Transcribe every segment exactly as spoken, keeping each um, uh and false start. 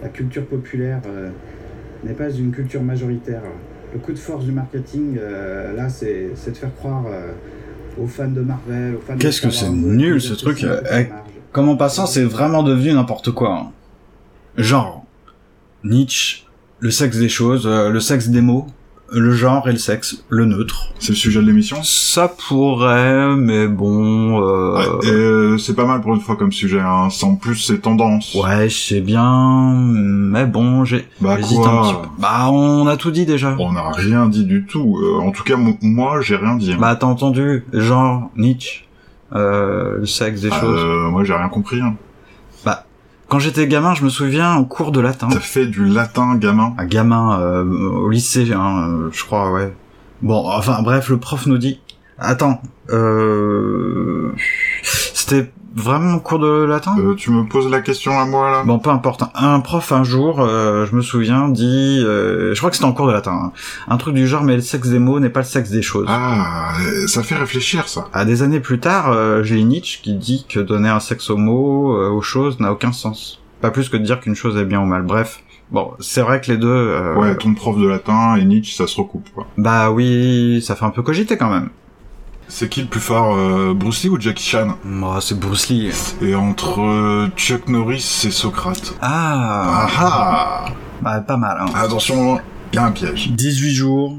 la culture populaire euh, n'est pas une culture majoritaire. Le coup de force du marketing, euh, là, c'est, c'est de faire croire euh, aux fans de Marvel, aux fans Qu'est-ce de que Star c'est Wars, nul qu'ils ce apprécient truc. la Euh, petite eh, marge. Comment passant, c'est vraiment devenu n'importe quoi. Hein. Genre, Nietzsche, le sexe des choses, euh, le sexe des mots, le genre et le sexe, le neutre. C'est le sujet de l'émission. Ça pourrait, mais bon... Euh... Ouais, et euh, c'est pas mal pour une fois comme sujet, hein. Sans plus, c'est tendance. Ouais, je sais bien, mais bon, j'ai... Bah j'hésite quoi un petit peu. Bah, on a tout dit déjà. On n'a rien dit du tout. Euh, en tout cas, m- moi, j'ai rien dit. Hein. Bah, t'as entendu, genre, Nietzsche, euh, le sexe des euh, choses. Moi, j'ai rien compris. Hein. Bah, quand j'étais gamin, je me souviens, en cours de latin... T'as fait du latin, gamin. Un gamin euh, au lycée, hein, euh, je crois, ouais. Bon, enfin, bref, le prof nous dit... Attends, euh... C'était vraiment au cours de latin euh, Tu me poses la question à moi, là? Bon, peu importe. Un prof, un jour, euh, je me souviens, dit... Euh, je crois que c'était en cours de latin. Hein, un truc du genre, mais le sexe des mots n'est pas le sexe des choses. Ah, ça fait réfléchir, ça. À des années plus tard, euh, j'ai Nietzsche qui dit que donner un sexe aux mots, euh, aux choses, n'a aucun sens. Pas plus que de dire qu'une chose est bien ou mal. Bref. Bon, c'est vrai que les deux... Euh, ouais, ton prof de latin et Nietzsche, ça se recoupe, quoi. Bah oui, ça fait un peu cogiter quand même. C'est qui le plus fort, euh, Bruce Lee ou Jackie Chan? Oh, c'est Bruce Lee. Et entre euh, Chuck Norris et Socrate. Ah, Ah ah bah pas mal. Hein. Attention, il y a un piège. dix-huit jours,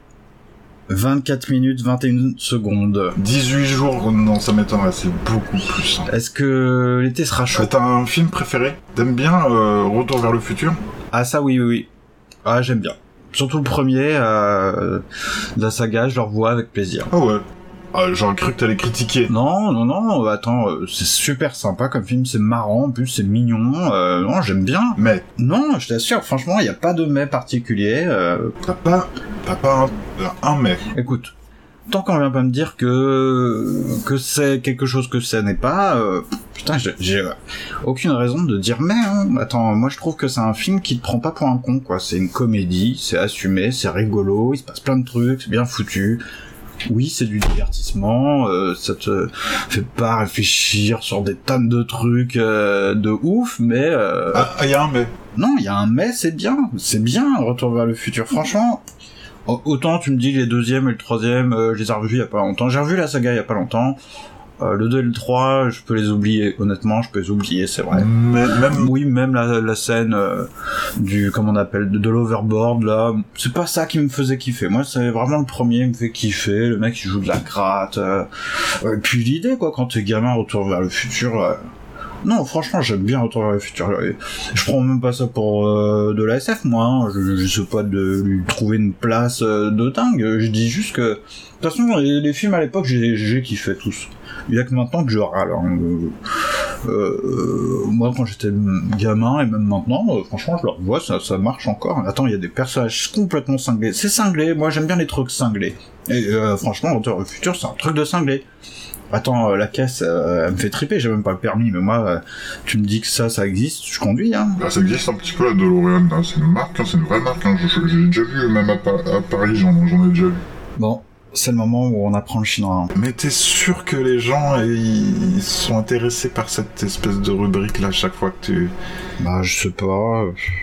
vingt-quatre minutes, vingt et une secondes. dix-huit jours, non, ça m'étonnerait, c'est beaucoup plus. Hein. Est-ce que l'été sera chaud? T'as un film préféré? T'aimes bien euh, Retour vers le futur? Ah ça oui, oui, oui. Ah j'aime bien. Surtout le premier euh, de la saga, je le revois avec plaisir. Ah ouais. Ah, j'aurais cru que t'allais critiquer. Non, non, non, attends, euh, c'est super sympa comme film, c'est marrant, en plus c'est mignon, euh, non, j'aime bien. Mais Non, je t'assure, franchement, il n'y a pas de mais particulier. Euh... t'as pas, t'as pas un, un mais. Écoute, tant qu'on vient pas me dire que que c'est quelque chose que ça n'est pas, euh, putain, j'ai, j'ai aucune raison de dire mais. Hein. Attends, moi je trouve que c'est un film qui te prend pas pour un con, quoi. C'est une comédie, c'est assumé, c'est rigolo, il se passe plein de trucs, c'est bien foutu. Oui, c'est du divertissement, euh, ça te fait pas réfléchir sur des tonnes de trucs euh, de ouf, mais... Euh... Ah, il y a un mais. Non, il y a un mais, c'est bien, c'est bien, Retour vers le futur, franchement. Autant tu me dis les deuxième et le troisième, euh, je les ai revus il y a pas longtemps, j'ai revu la saga il y a pas longtemps, euh, le deux et le trois, je peux les oublier, honnêtement, je peux les oublier, c'est vrai. Mais, même... Oui, même la, la scène euh, du, comment on appelle, de, de l'overboard, là, c'est pas ça qui me faisait kiffer. Moi, c'est vraiment le premier qui me fait kiffer, le mec qui joue de la gratte, euh, et puis l'idée, quoi, quand t'es gamin, Retour vers le futur... Euh, non, franchement, j'aime bien Retour vers le futur. Je prends même pas ça pour euh, de la S F, moi. Hein. Je, je sais pas de lui trouver une place euh, de dingue. Je dis juste que... De toute façon, les, les films à l'époque, j'ai, j'ai kiffé tous. Il y a que maintenant que je râle. Hein. Euh, euh, moi, quand j'étais gamin, et même maintenant, euh, franchement, je le revois, ça, ça marche encore. Attends, il y a des personnages complètement cinglés. C'est cinglé, moi j'aime bien les trucs cinglés. Et euh, franchement, Retour vers le futur, c'est un truc de cinglé. Attends, euh, la caisse, euh, elle me fait triper, j'ai même pas le permis, mais moi, euh, tu me dis que ça, ça existe, je conduis, hein. Bah, ça existe un petit peu, la DeLorean, hein. C'est une marque, hein, c'est une vraie marque, hein. Je, je, j'ai déjà vu, même à, à Paris, j'en, j'en ai déjà vu. Bon, c'est le moment où on apprend le chinois. Hein. Mais t'es sûr que les gens, ils sont intéressés par cette espèce de rubrique-là, chaque fois que tu... Bah, je sais pas...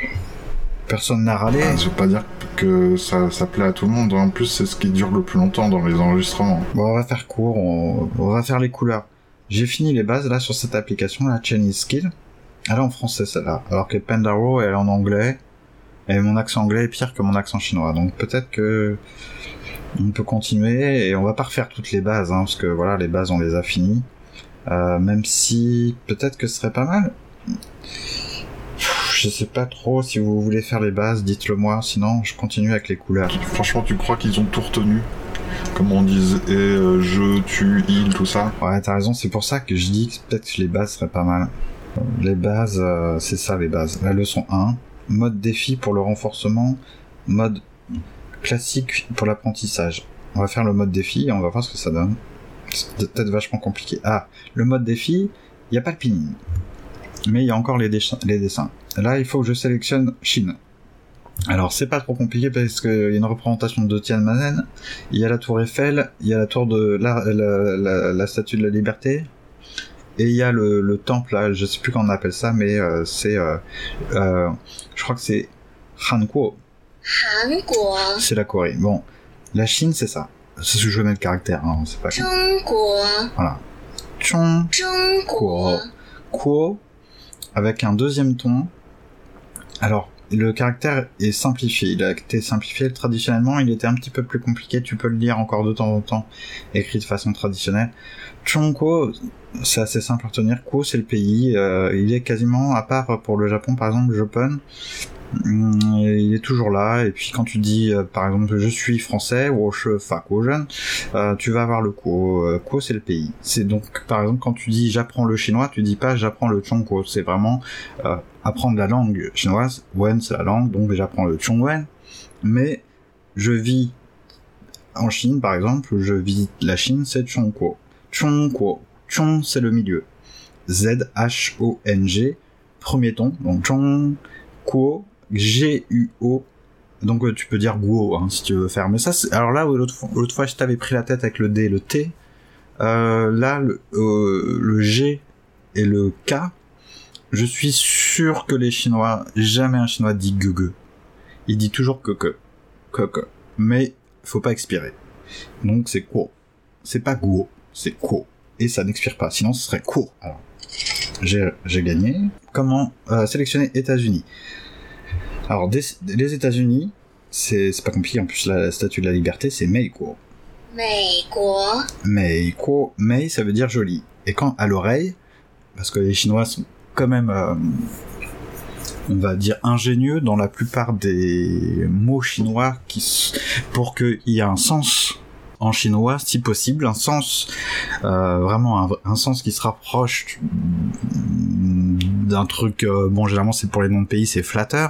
Personne n'a râlé. Ah, je veux pas dire que ça, ça plaît à tout le monde. En plus, c'est ce qui dure le plus longtemps dans les enregistrements. Bon, on va faire court, on, on va faire les couleurs. J'ai fini les bases, là, sur cette application, la Chinese Skill. Elle est en français, celle-là. Alors que Pandaro, elle est en anglais. Et mon accent anglais est pire que mon accent chinois. Donc peut-être que... on peut continuer, et on va pas refaire toutes les bases, hein, parce que voilà, les bases, on les a finies. Euh, même si... peut-être que ce serait pas mal... Je sais pas trop, si vous voulez faire les bases, dites-le moi, sinon je continue avec les couleurs. Franchement, tu crois qu'ils ont tout retenu? Comme on disait, euh, je, tu, il, tout ça? Ouais, t'as raison, c'est pour ça que je dis que peut-être que les bases seraient pas mal. Les bases, euh, c'est ça les bases. La leçon un, mode défi pour le renforcement, mode classique pour l'apprentissage. On va faire le mode défi et on va voir ce que ça donne. C'est peut-être vachement compliqué. Ah, le mode défi, il n'y a pas le pinning. Mais il y a encore les, dessins, les dessins. Là, il faut que je sélectionne Chine. Alors, c'est pas trop compliqué parce qu'il y a une représentation de Tiananmen, il y a la tour Eiffel, il y a la tour de la, la, la, la statue de la liberté, Et il y a le, le temple, là, je sais plus comment on appelle ça, mais euh, c'est... Euh, euh, je crois que c'est Hankuo. Hankuo. C'est la Corée. Bon, la Chine, c'est ça. C'est ce que je mets le caractère, hein, c'est pas... Zhongguo. Voilà. Chong. Zhongguo. Kuo, avec un deuxième ton. Alors, le caractère est simplifié. Il a été simplifié traditionnellement. Il était un petit peu plus compliqué. Tu peux le lire encore de temps en temps, écrit de façon traditionnelle. Chongguo, c'est assez simple à retenir. Kuo, c'est le pays. Euh, il est quasiment, à part pour le Japon, par exemple, Japan, il est toujours là. Et puis quand tu dis, euh, par exemple, je suis français ou je fakojen, euh, tu vas avoir le Kuo. Euh, Kuo, c'est le pays. C'est donc, par exemple, quand tu dis j'apprends le chinois, tu dis pas j'apprends le Chongguo. C'est vraiment euh, apprendre la langue chinoise. Wen, c'est la langue, donc j'apprends le Chongwen. Mais je vis en Chine, par exemple, je vis la Chine, c'est Chongguo. Chongguo. Chong, c'est le milieu. Z H O N G, premier ton. Donc Chongguo. G U O, donc euh, tu peux dire Guo hein, si tu veux faire, mais ça c'est... alors là l'autre fois, l'autre fois je t'avais pris la tête avec le D et le T, euh, là le, euh, le G et le K, je suis sûr que les Chinois, jamais un Chinois dit gue gue, il dit toujours que que que que, mais faut pas expirer, donc c'est Guo, c'est pas Guo, c'est Guo, et ça n'expire pas, sinon ce serait Guo. Alors j'ai, j'ai gagné. Comment euh, sélectionner États-Unis? Alors, des, les États-Unis, c'est, c'est pas compliqué, en plus, la, la statue de la liberté, c'est Meikuo. Meikuo. Meikuo, Mei, ça veut dire joli. Et quand à l'oreille, parce que les Chinois sont quand même, euh, on va dire, ingénieux dans la plupart des mots chinois, qui, pour qu'il y ait un sens en chinois, si possible, un sens, euh, vraiment un, un sens qui se rapproche d'un truc, euh, bon, généralement, c'est pour les noms de pays, c'est flatteur.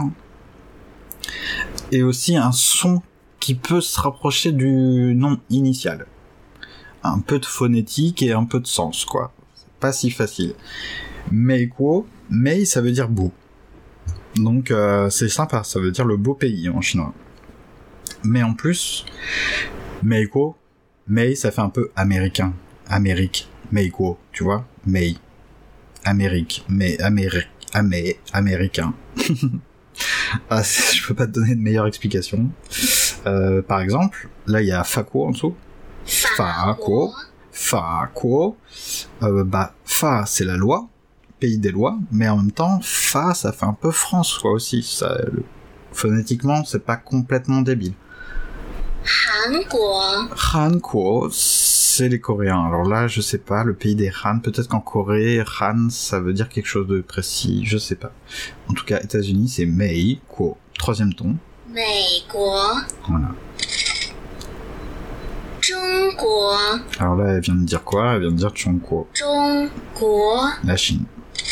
Et aussi un son qui peut se rapprocher du nom initial. Un peu de phonétique et un peu de sens, quoi. C'est pas si facile. Meikuo, Mei, ça veut dire beau. Donc euh, c'est sympa, ça veut dire le beau pays en chinois. Mais en plus, Meikuo, Mei, ça fait un peu américain. Amérique, Meikuo, tu vois, Mei. Amérique, mais Amérique, Amé, américain. Ah, je peux pas te donner de meilleure explication. Euh, par exemple, là il y a Fakuo en dessous. Fakuo. Fakuo. Euh, bah, Fa c'est la loi, pays des lois, mais en même temps, Fa ça fait un peu France quoi aussi. Ça, le... Phonétiquement, c'est pas complètement débile. Hankuo. Hankuo, c'est les Coréens. Alors là, je sais pas, le pays des Han, peut-être qu'en Corée, Han, ça veut dire quelque chose de précis, je sais pas. En tout cas, États-Unis, c'est Meikuo. Troisième ton. Meikuo. Voilà. Zhongguo. Alors là, elle vient de dire quoi? Elle vient de dire Chongguo. Zhongguo. La Chine.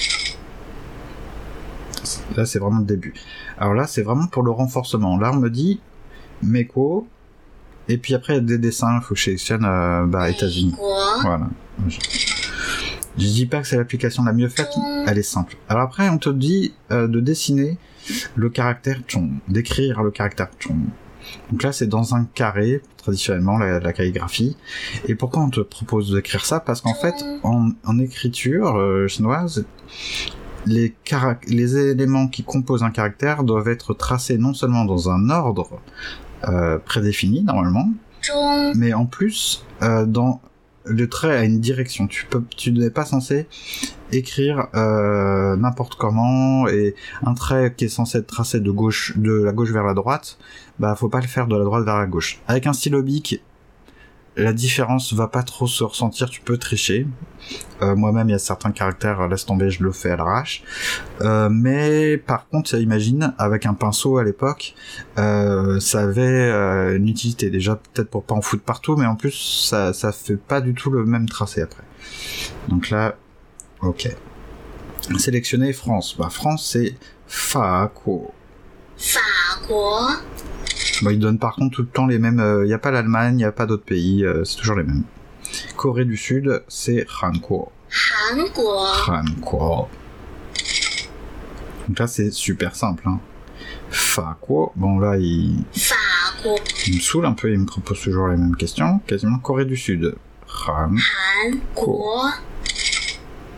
Là, c'est vraiment le début. Alors là, c'est vraiment pour le renforcement. Là, on me dit Meikuo. Et puis après, il y a des dessins, il faut que je sélectionne euh, bah, États-Unis. Voilà. Je... je dis pas que c'est l'application la mieux faite, elle est simple. Alors après, on te dit euh, de dessiner le caractère Chong, d'écrire le caractère Chong. Donc là, c'est dans un carré, traditionnellement, la, la calligraphie. Et pourquoi on te propose d'écrire ça? Parce qu'en fait, en, en écriture euh, chinoise, les, carac- les éléments qui composent un caractère doivent être tracés non seulement dans un ordre, Euh, prédéfini normalement, mais en plus euh, dans le trait a une direction. Tu peux, tu n'es pas censé écrire euh, n'importe comment, et un trait qui est censé être tracé de gauche, de la gauche vers la droite, bah faut pas le faire de la droite vers la gauche. Avec un stylo bic, la différence va pas trop se ressentir, tu peux tricher. Euh, moi-même, il y a certains caractères, laisse tomber, je le fais à l'arrache. Euh, mais par contre, imagine, avec un pinceau à l'époque, euh, ça avait euh, une utilité. Déjà, peut-être pour pas en foutre partout, mais en plus, ça, ça fait pas du tout le même tracé après. Donc là, ok. Sélectionner France. Bah, France, c'est Fakuo. Fakuo. Bah, ils donnent par contre tout le temps les mêmes. Il euh, n'y a pas l'Allemagne, il n'y a pas d'autres pays, euh, c'est toujours les mêmes. Corée du Sud, c'est Hankuo. Hankuo. Hankuo. Donc là, c'est super simple. Hein. Fakuo. Bon, là, il... Fakuo. il me saoule un peu, il me propose toujours les mêmes questions. Quasiment Corée du Sud. Han. Hankuo.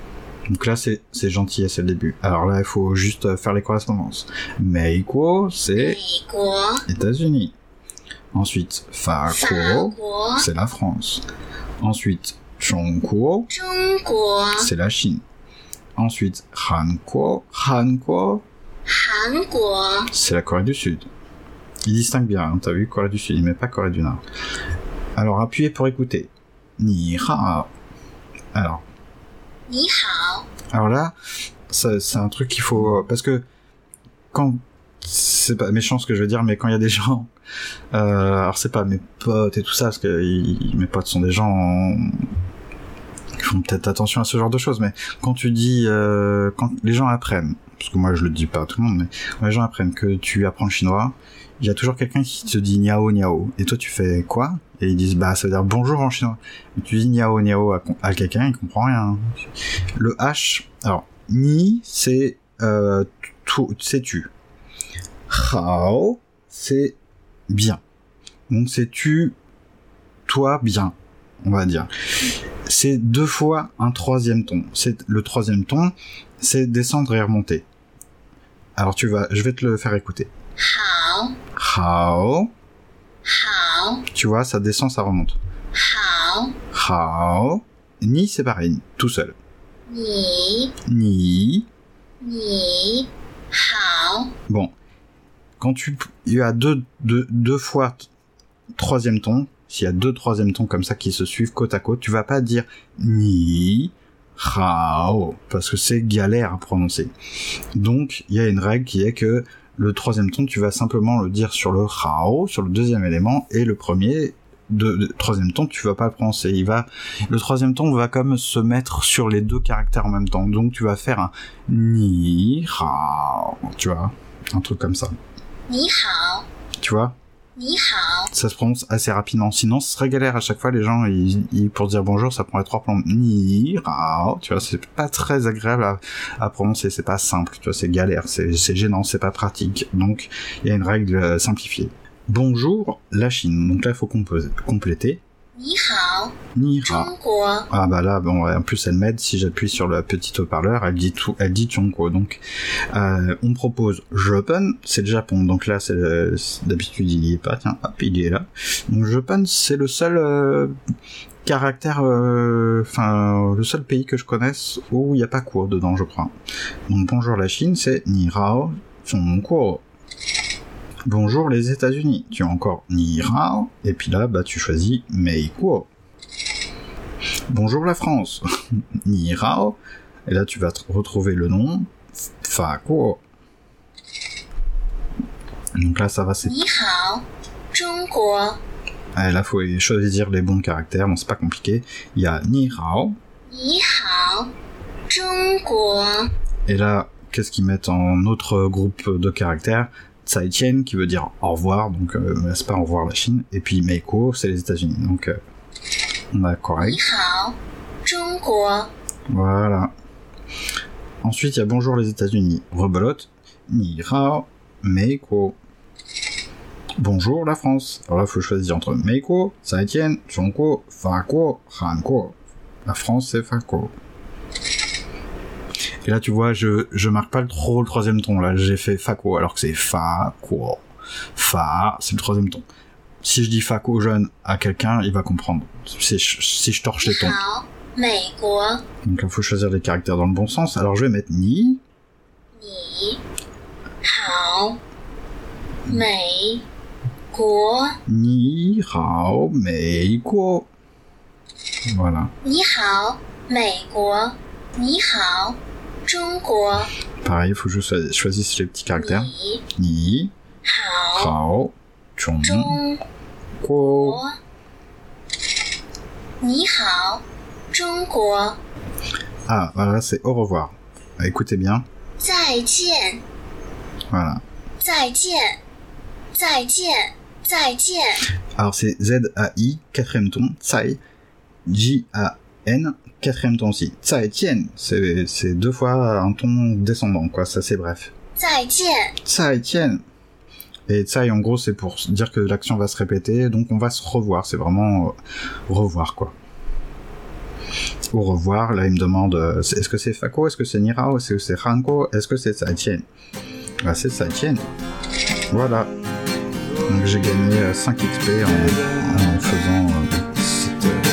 Donc là, c'est, c'est gentil, c'est le début. Alors là, il faut juste faire les correspondances. Meiko, c'est 美国 États-Unis. Ensuite, 法 Fako, 国 c'est la France. Ensuite, Chongguo, 中国 c'est la Chine. Ensuite, Hanko, Hanko, 韩国 c'est la Corée du Sud. Il distingue bien, hein, t'as vu, Corée du Sud, il met pas Corée du Nord. Alors, appuyez pour écouter. Ni hao. Alors, 你好 alors là, ça, c'est un truc qu'il faut... Parce que, quand... C'est pas méchant ce que je veux dire, mais quand il y a des gens... Euh, alors c'est pas mes potes et tout ça, parce que ils, mes potes sont des gens... qui font peut-être attention à ce genre de choses, mais quand tu dis... Euh, quand les gens apprennent, parce que moi je le dis pas à tout le monde, mais quand les gens apprennent que tu apprends le chinois, il y a toujours quelqu'un qui te dit niao niao, et toi tu fais quoi? Et ils disent bah ça veut dire bonjour en chinois. Et tu dis niao niao à, à quelqu'un, il comprend rien. Le H, alors ni c'est euh, tout, c'est tu. Hao c'est bien. Donc c'est tu, toi bien, on va dire. C'est deux fois un troisième ton. C'est le troisième ton, c'est descendre et remonter. Alors tu vas, je vais te le faire écouter. 好 Hao, 好 tu vois, ça descend, ça remonte. 好 Hao, ni c'est pareil, tout seul. 你 Ni, 你好 bon, quand tu, il y a deux, deux, deux fois t- troisième ton, s'il y a deux troisième tons comme ça qui se suivent côte à côte, tu vas pas dire ni, hao, parce que c'est galère à prononcer. Donc, il y a une règle qui est que le troisième ton, tu vas simplement le dire sur le hao, sur le deuxième élément, et le premier, de, de troisième ton, tu vas pas le prononcer. Il va, le troisième ton va comme se mettre sur les deux caractères en même temps. Donc, tu vas faire un ni, hao, tu vois, un truc comme ça. 你好 Tu vois? 你好 Ça se prononce assez rapidement. Sinon, ce serait galère à chaque fois. Les gens, ils, ils, pour dire bonjour, ça prendrait trois plombs. Ni, rao. Tu vois, c'est pas très agréable à, à prononcer. C'est pas simple. Tu vois, c'est galère. C'est, c'est gênant. C'est pas pratique. Donc, il y a une règle euh, simplifiée. Bonjour, la Chine. Donc là, il faut composer, compléter. 你好 Ni, 中 rao. 国 Ah bah là, bon, en plus elle m'aide, si j'appuie sur le petit haut-parleur, elle dit tout, elle dit Chongguo. Donc, euh, on propose Japan, c'est le Japon. Donc là, c'est, le, c'est d'habitude il y est pas, tiens, hop, il est là. Donc Japan, c'est le seul euh, caractère, enfin, euh, le seul pays que je connaisse où il n'y a pas cours dedans, je crois. Donc bonjour la Chine, c'est Ni Hao Chongguo. Bonjour les États-Unis, tu as encore Ni Hao, et puis là, bah tu choisis Meikuo. Bonjour la France, Ni Hao, et là tu vas t- retrouver le nom, Fako. Donc là ça va, c'est... 你好中国 Ah, là faut choisir les bons caractères, bon c'est pas compliqué. Il y a Ni Hao, 你好中国 et là, qu'est-ce qu'ils mettent en autre groupe de caractères? Zaijian qui veut dire au revoir, donc euh, c'est pas au revoir la Chine, et puis Meiko c'est les États-Unis, donc euh, on a 你 correct. 好中国 Voilà. Ensuite il y a bonjour les États-Unis, rebelote, Ni Hao Meiko. Bonjour la France. Alors là faut choisir entre Meiko, Zaijian, Chongguo, Fako, Hanko. La France c'est Fako. Et là, tu vois, je, je marque pas le trop le troisième ton. Là, j'ai fait Fako, alors que c'est Fa-Ko. Fa, c'est le troisième ton. Si je dis Fako jeune à quelqu'un, il va comprendre. Si je, si je torche 你 les tons. 好美国 Donc là, faut choisir les caractères dans le bon sens. Alors, je vais mettre Ni. 你好美国 Ni, Hao, Mei, Ko. Voilà. 你好美国你好中国 Pareil, il faut que je cho- choisisse les petits caractères. 你 Ni, 好 Hao, Chong, 中 Ko. 国你好中国 Ah, voilà, c'est au revoir. Écoutez bien. 再见 Voilà. 再见再见再见 Alors c'est Z A I, quatrième ton, Tsai, J A N, quatrième ton aussi. Tsai Tien, c'est, c'est deux fois un ton descendant, quoi, ça c'est bref. 再见 Tsai Tien. Et Tsai, en gros, c'est pour dire que l'action va se répéter, donc on va se revoir, c'est vraiment euh, revoir, quoi. au revoir. Là, il me demande euh, est-ce que c'est Fako, est-ce que c'est Nirao, est-ce que c'est Hanko, est-ce que c'est Saitien. Bah, c'est Saitien. Voilà. Donc j'ai gagné euh, cinq X P en, en faisant euh, cette, euh,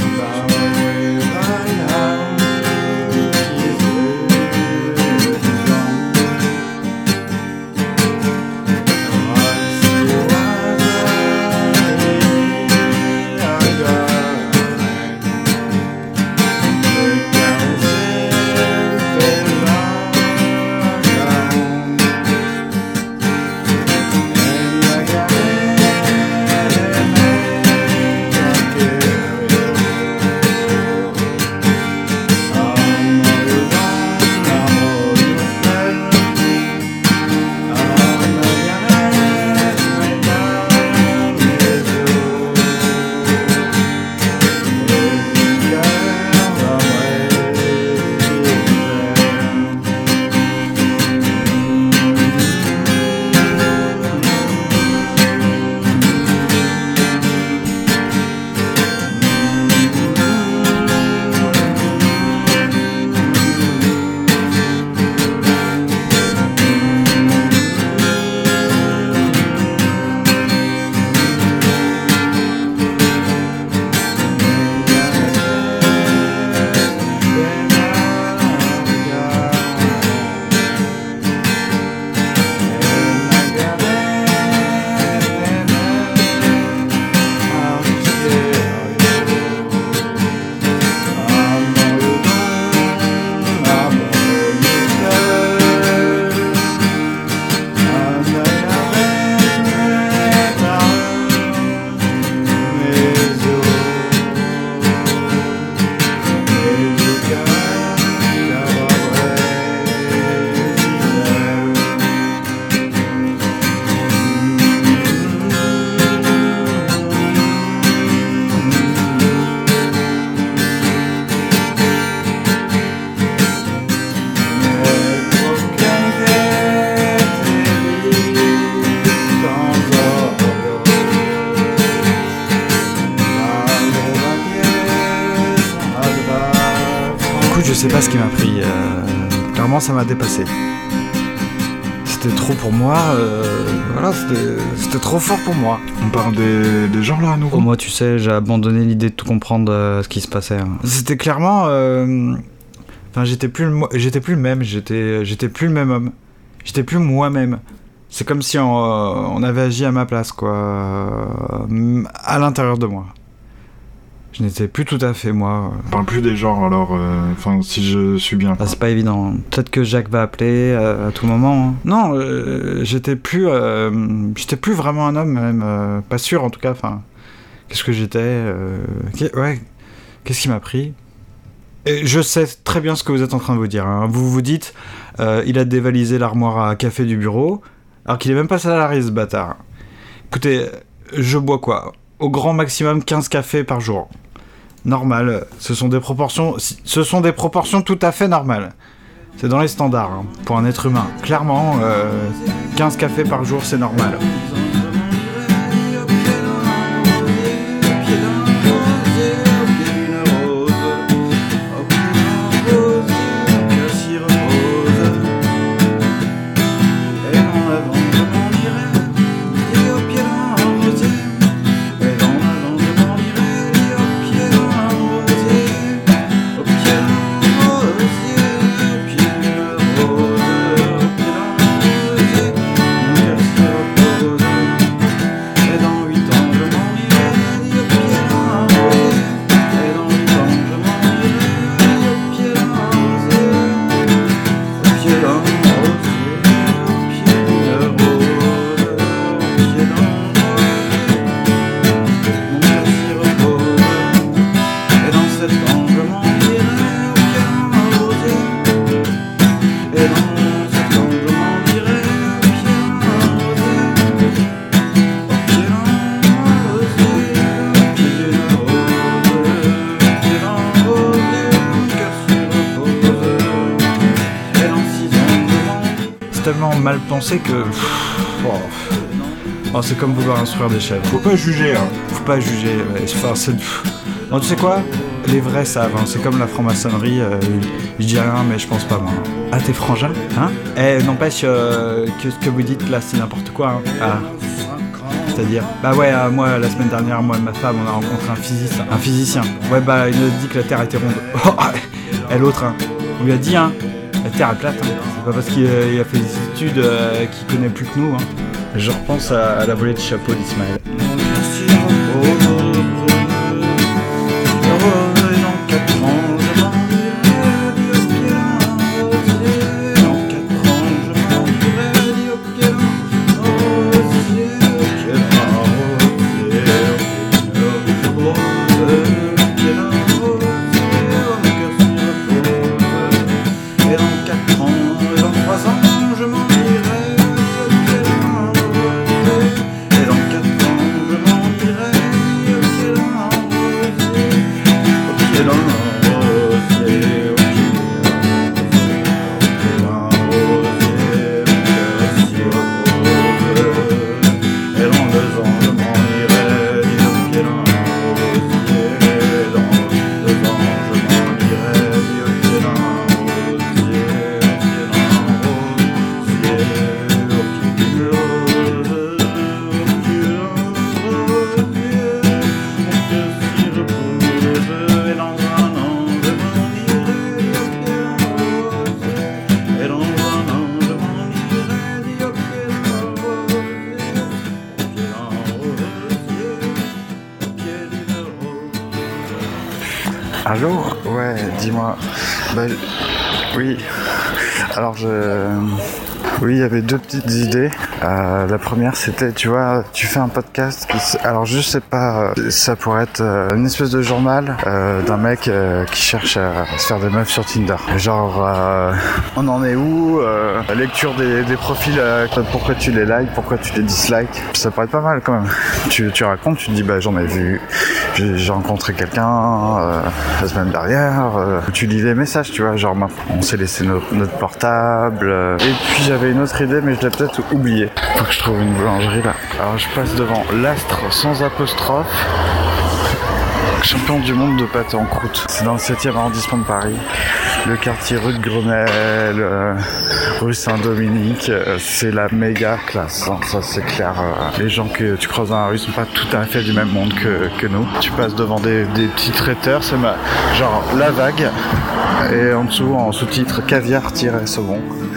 Je sais pas ce qui m'a pris, euh, clairement ça m'a dépassé. C'était trop pour moi, euh, voilà, c'était, c'était trop fort pour moi. On parle des, des gens là à nouveau. Oh, moi tu sais, j'ai abandonné l'idée de tout comprendre euh, ce qui se passait. Hein. C'était clairement... Euh, enfin j'étais plus, le, j'étais plus le même, j'étais, j'étais plus le même homme. J'étais plus moi-même. C'est comme si on, euh, on avait agi à ma place, quoi, euh, à l'intérieur de moi. Je n'étais plus tout à fait moi. On parle plus des genres alors, enfin euh, si je suis bien. Ah, c'est pas évident. Peut-être que Jacques va appeler euh, à tout moment. Hein. Non, euh, j'étais plus, euh, j'étais plus vraiment un homme même, euh, pas sûr en tout cas. Enfin, qu'est-ce que j'étais euh, qu'est- Ouais, qu'est-ce qui m'a pris? Et je sais très bien ce que vous êtes en train de vous dire. Hein. Vous vous dites, euh, il a dévalisé l'armoire à café du bureau, alors qu'il est même pas salarié ce bâtard. Écoutez, je bois quoi? Au grand maximum quinze cafés par jour. Normal, ce sont des proportions, ce sont des proportions tout à fait normales. C'est dans les standards, hein, pour un être humain. Clairement, euh, quinze cafés par jour, c'est normal. Tellement mal pensé que... Oh. Oh, c'est comme vouloir instruire des chèvres. Faut pas juger, hein. Faut pas juger. Ouais. Enfin, c'est... Non, tu sais quoi ? les vrais savent, hein. C'est comme la franc-maçonnerie, euh, je dis rien mais je pense pas moi. Ah t'es frangin, hein? Eh n'empêche euh, que ce que vous dites là c'est n'importe quoi, hein. Ah. C'est-à-dire, bah ouais, euh, moi la semaine dernière, moi et ma femme, on a rencontré un physicien. Un physicien. Ouais bah il nous a dit que la Terre était ronde. Oh, et l'autre, hein, on lui a dit, hein, la Terre est plate. Hein. C'est pas parce qu'il a, il a fait des études euh, qu'il connaît plus que nous. Hein. Je repense à, à la volée de chapeau d'Ismaël. Allô? Ouais, dis-moi. Bah, oui. Alors je... Oui, il y avait deux petites idées. Euh, la première, c'était, tu vois, tu fais un podcast. Qui, alors, je sais pas, ça pourrait être euh, une espèce de journal euh, d'un mec euh, qui cherche à se faire des meufs sur Tinder. Genre, euh, on en est où euh, la lecture des, des profils, euh, pourquoi tu les likes, pourquoi tu les dislikes. Ça pourrait être pas mal quand même. Tu, tu racontes, tu te dis, bah j'en ai vu, j'ai, j'ai rencontré quelqu'un euh, la semaine dernière. Euh, tu lis les messages, tu vois, genre on s'est laissé no, notre portable. Euh, et puis j'avais une autre idée, mais je l'ai peut-être oubliée. Faut que je trouve une boulangerie là. Alors je passe devant l'Astre sans apostrophe. Champion du monde de pâté en croûte. C'est dans le septième arrondissement de Paris. Le quartier rue de Grenelle, euh, rue Saint-Dominique, euh, c'est la méga classe. Hein, ça c'est clair. Euh, les gens que tu croises dans la rue sont pas tout à fait du même monde que, que nous. Tu passes devant des, des petits traiteurs, c'est ma... genre La Vague. Et en dessous, en sous-titre, caviar-saumon.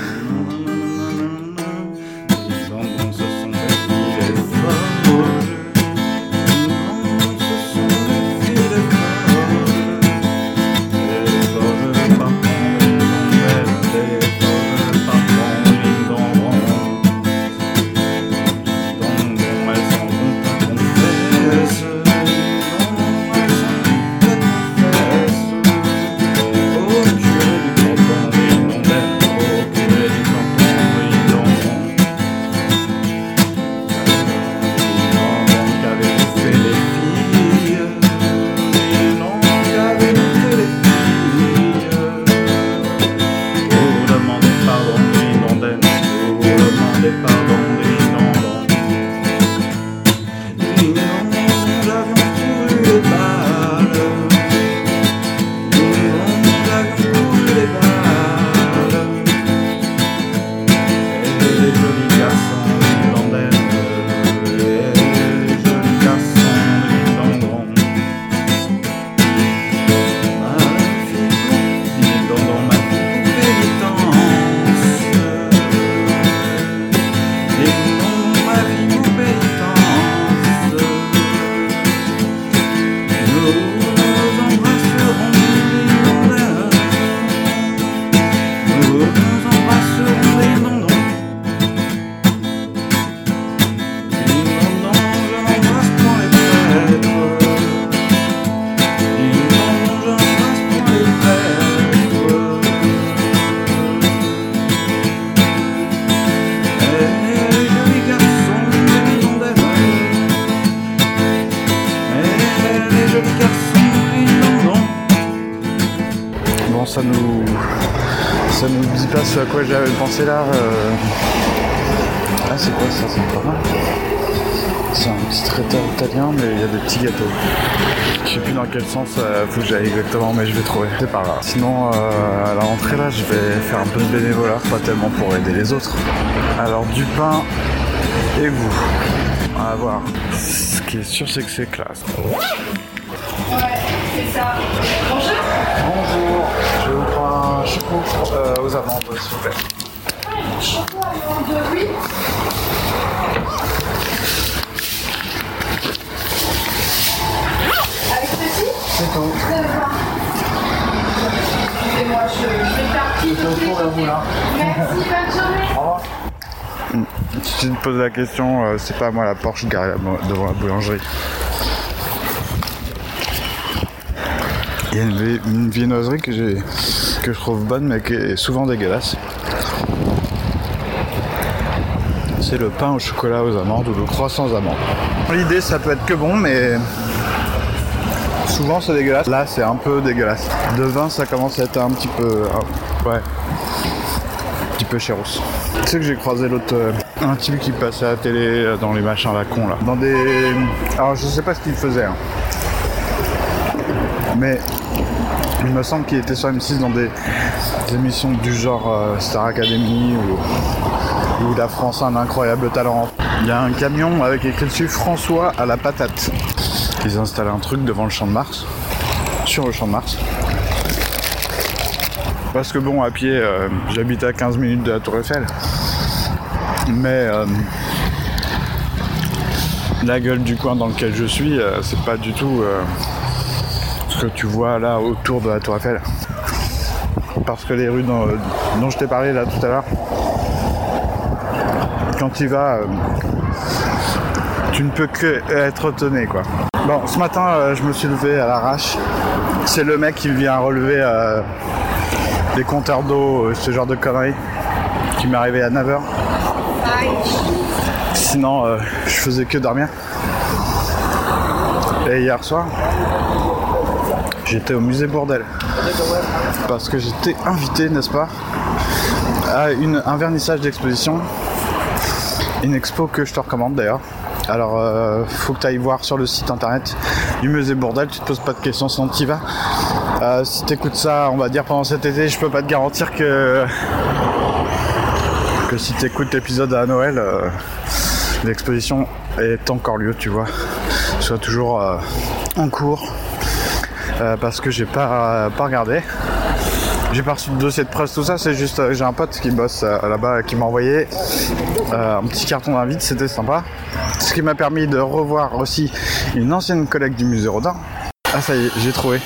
Ça nous ça nous dit pas ce à quoi j'avais pensé là. Euh... Ah c'est quoi ça, c'est pas mal. C'est un petit traiteur italien, mais il y a des petits gâteaux. Je sais plus dans quel sens euh, faut que j'aille exactement, mais je vais trouver. C'est pas grave. Sinon, euh, à la rentrée là, je vais faire un peu de bénévolat, pas tellement pour aider les autres. Alors du pain et vous. On va voir. Ce qui est sûr, c'est que c'est classe. Ouais, c'est ça. Bonjour. Bonjour. Je vais vous prendre un choco euh, aux amandes, s'il vous plaît. Choco allemande, oui. Avec ceci? C'est tout. Très bien. Excusez-moi, je, je vais faire tout de suite. à vous là. Merci, bonne journée. Au revoir. Si tu te poses la question, euh, c'est pas moi la Porsche garée devant la boulangerie. Il y a une, vi- une viennoiserie que j'ai que je trouve bonne mais qui est souvent dégueulasse. C'est le pain au chocolat aux amandes ou le croissant aux amandes. L'idée ça peut être que bon mais souvent c'est dégueulasse. Là c'est un peu dégueulasse. De vin ça commence à être un petit peu... ah, ouais. Un petit peu chéros. Tu sais que j'ai croisé l'autre... Euh, un type qui passait à la télé euh, dans les machins à la con là. Dans des... Alors je sais pas ce qu'il faisait. Hein. Mais il me semble qu'il était sur M six dans des, des émissions du genre euh, Star Academy ou, ou La France a un incroyable talent. Il y a un camion avec écrit dessus François à la patate. Ils installent un truc devant le champ de Mars. Sur le champ de Mars. Parce que bon, à pied, euh, j'habite à quinze minutes de la Tour Eiffel. Mais euh, la gueule du coin dans lequel je suis, euh, c'est pas du tout euh, ce que tu vois là autour de la Tour Eiffel. Parce que les rues dont, dont je t'ai parlé là tout à l'heure, quand tu y vas, euh, tu ne peux que être étonné quoi. Bon, ce matin, euh, je me suis levé à l'arrache. C'est le mec qui vient relever euh, les compteurs d'eau, ce genre de conneries, qui m'est arrivé à neuf heures. Sinon, euh, je faisais que dormir. Et hier soir, j'étais au musée Bourdelle. Parce que j'étais invité, n'est-ce pas, à une, un vernissage d'exposition. Une expo que je te recommande d'ailleurs. Alors, euh, faut que tu ailles voir sur le site internet du musée Bourdelle, tu te poses pas de questions sinon tu y vas. Euh, si t'écoutes ça, on va dire pendant cet été, je peux pas te garantir que que si t'écoutes l'épisode à Noël, euh, l'exposition est encore lieu, tu vois. Soit toujours euh, en cours, euh, parce que j'ai pas, euh, pas regardé. J'ai pas reçu de dossier de presse, tout ça, c'est juste euh, j'ai un pote qui bosse euh, là-bas qui m'a envoyé euh, un petit carton d'invite, c'était sympa. Ce qui m'a permis de revoir aussi une ancienne collègue du musée Rodin. Ah ça y est, j'ai trouvé.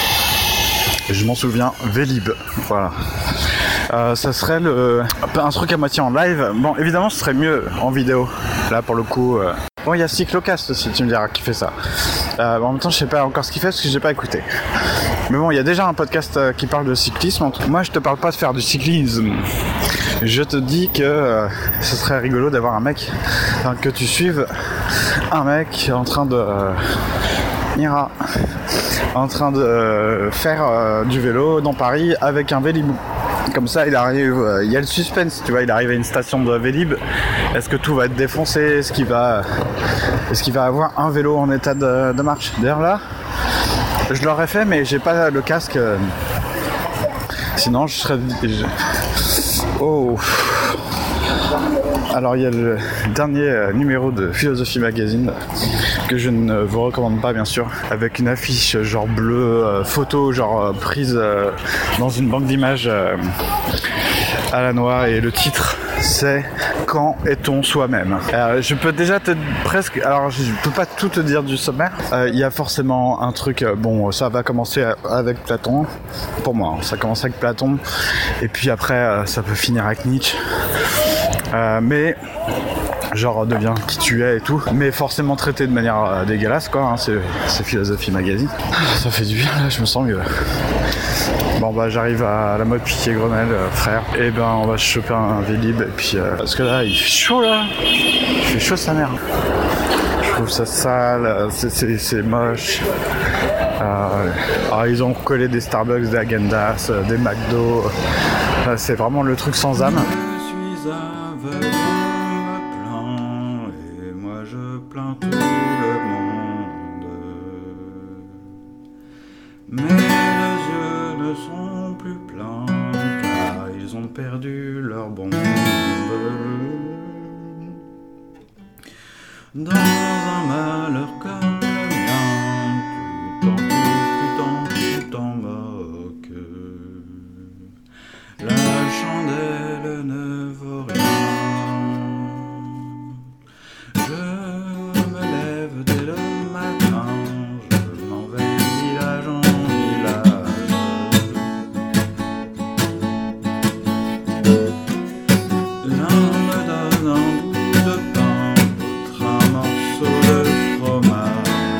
Je m'en souviens, Vélib, voilà. Euh, ça serait le, un truc à moitié en live. Bon, évidemment, ce serait mieux en vidéo. Là, pour le coup. Euh... Bon, il y a Cyclocast aussi, tu me diras, qui fait ça. Euh, en même temps, je sais pas encore ce qu'il fait parce que j'ai pas écouté. Mais bon, il y a déjà un podcast euh, qui parle de cyclisme. Moi, je te parle pas de faire du cyclisme. Je te dis que euh, ce serait rigolo d'avoir un mec, enfin, que tu suives un mec en train de euh, ira, en train de euh, faire euh, du vélo dans Paris avec un Vélib. Comme ça, il arrive, euh, il y a le suspense, tu vois, il arrive à une station de Vélib. Est-ce que tout va être défoncé? Est-ce qu'il va, est-ce qu'il va avoir un vélo en état de, de marche? D'ailleurs là, je l'aurais fait, mais j'ai pas le casque. Euh, sinon, je serais. Je... Oh. Alors, il y a le dernier euh, numéro de Philosophie Magazine que je ne vous recommande pas, bien sûr, avec une affiche genre bleue, euh, photo genre euh, prise euh, dans une banque d'images euh, à la noix, et le titre c'est Quand est-on soi-même. Alors, je peux déjà te presque, alors je peux pas tout te dire du sommaire. Il euh, y a forcément un truc. Euh, bon, ça va commencer avec Platon, pour moi. Hein, ça commence avec Platon, et puis après euh, ça peut finir avec Nietzsche. Euh, mais genre deviens qui tu es et tout, mais forcément traité de manière euh, dégueulasse quoi, hein, c'est, c'est Philosophie Magazine. Ça fait du bien là, je me sens mieux. Bon bah j'arrive à la mode Piquet-Grenelle, euh, frère, et ben on va choper un Vélib, et puis euh, parce que là il fait chaud là, il fait chaud sa mère. Je trouve ça sale, c'est, c'est, c'est moche. Euh, alors ils ont collé des Starbucks, des Häagen-Dazs, des McDo, euh, c'est vraiment le truc sans âme. Un vagin plein et moi je plaint tout le monde. Mais leurs yeux ne sont plus pleins, car ils ont perdu leur bombe. Dans un malheur comme le mien, tu t'en tu t'en tu t'en moques. La chandelle ne vaut rien. Je me lève dès le matin, je m'en vais de village en village. L'un me donne un bout de pain, l'autre un morceau de fromage.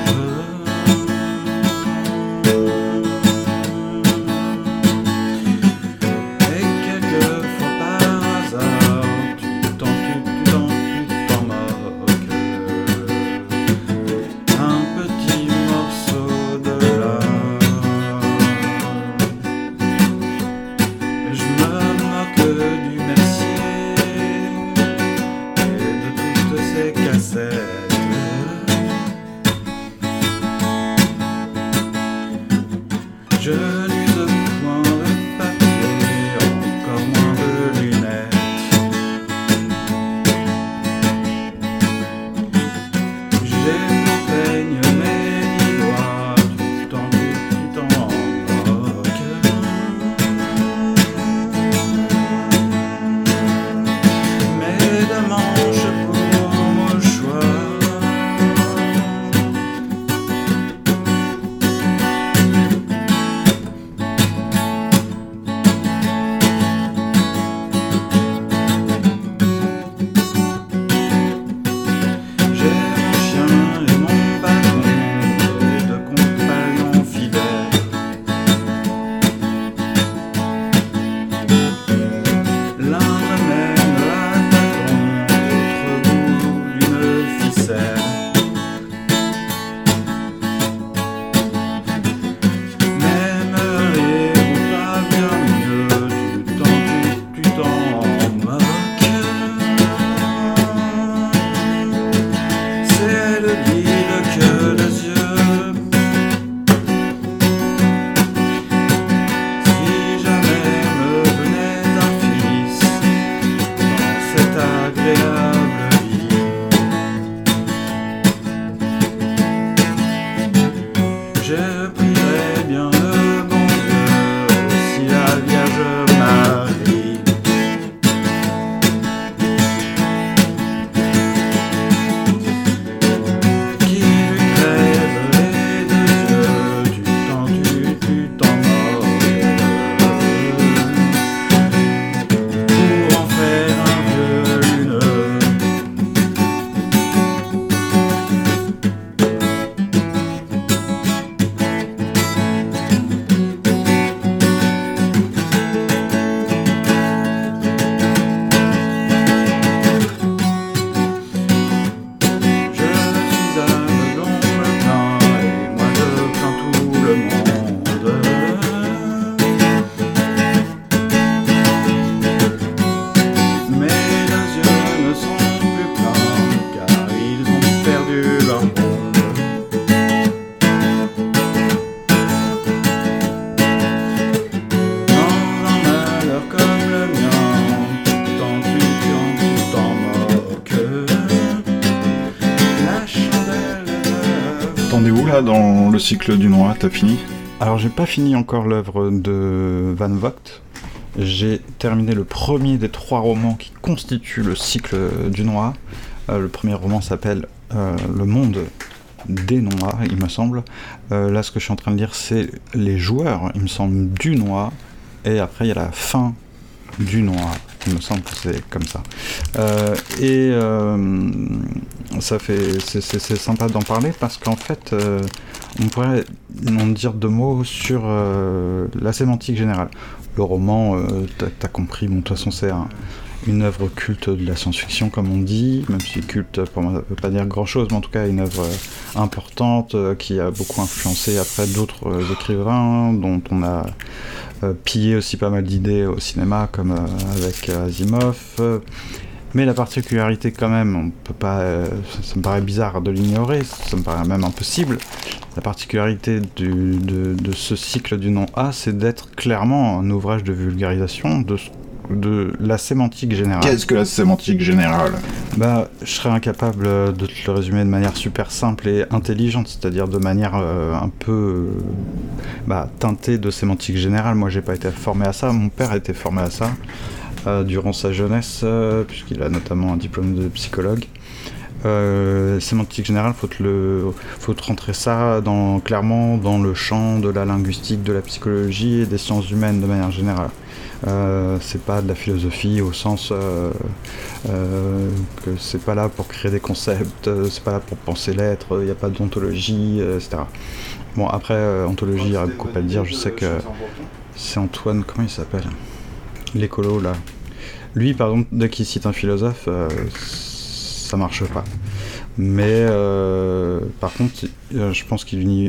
Et quelquefois par hasard, tu t'en, tu, tu t'en, tu t'en moques. Un petit morceau de lard. Je me moque du mercier et de toutes ces cassettes. Je n'use point de papier, encore moins de lunettes. J'ai mon peigne mes dix doigts, tu t'en, tu, tu t'en moques. Mes deux manches pour mouchoir. J'ai mon chien et mon bâton, et deux compagnons fidèles. L'un me mène à tâtons, l'autre au bout d'une ficelle. M'aimeriez-vous pas bien mieux, tu t'en, tu, tu t'en moques. C'est le guide que les yeux. Si jamais me venait un fils dans cette agréable vie, je prierai bien le bon Dieu, aussi la Vierge Marie. Qui lui crève les deux yeux, tu t'en, tu, tu t'en moques. Pour en faire un vieux luneux. Je suis aveugle, on me plaint, et moi je plains tout le monde. Mais leurs yeux ne sont plus pleins, car ils ont perdu leur monde. Dans un malheur comme le mien, tu t'en, tu t'en, tu t'en moques. La chandelle neuve. T'en es où là dans le cycle du noir? T'as fini? Alors j'ai pas fini encore l'œuvre de Van Vogt. J'ai terminé le premier des trois romans qui constituent le cycle du noir. Euh, le premier roman s'appelle euh, Le Monde des Noirs, il me semble. Euh, là, ce que je suis en train de lire, c'est Les Joueurs, il me semble, du noir. Et après, il y a la fin du noir. Il me semble que c'est comme ça. Euh, et euh, ça fait, c'est, c'est, c'est sympa d'en parler parce qu'en fait, euh, on pourrait en dire deux mots sur euh, la sémantique générale. Le roman, euh, t'as, t'as compris, bon, de toute façon, c'est un, une œuvre culte de la science-fiction, comme on dit, même si culte, pour moi, ça veut pas dire grand-chose, mais en tout cas, une œuvre euh, importante euh, qui a beaucoup influencé après d'autres euh, écrivains, dont on a euh, pillé aussi pas mal d'idées au cinéma, comme euh, avec euh, Asimov. Mais la particularité quand même, on peut pas, euh, ça, ça me paraît bizarre de l'ignorer, ça me paraît même impossible. La particularité du, de, de ce cycle du nom A, c'est d'être clairement un ouvrage de vulgarisation de, de la sémantique générale. Qu'est-ce que la sémantique générale ? Bah, je serais incapable de te le résumer de manière super simple et intelligente, c'est-à-dire de manière euh, un peu euh, bah, teintée de sémantique générale. Moi, j'ai pas été formé à ça, mon père a été formé à ça euh, durant sa jeunesse, euh, puisqu'il a notamment un diplôme de psychologue. Euh, sémantique générale, faut te le, faut te rentrer ça dans, clairement dans le champ de la linguistique, de la psychologie et des sciences humaines de manière générale. Euh, c'est pas de la philosophie au sens euh, euh, que c'est pas là pour créer des concepts, euh, c'est pas là pour penser l'être, il n'y a pas d'ontologie, euh, et cetera. Bon, après, euh, ontologie, il y a beaucoup à le dire, je sais que c'est Antoine, comment il s'appelle ? L'écolo, là. Lui, par exemple, dès qu'il cite un philosophe, euh, ça marche pas. Mais euh, par contre, euh, je pense qu'il il,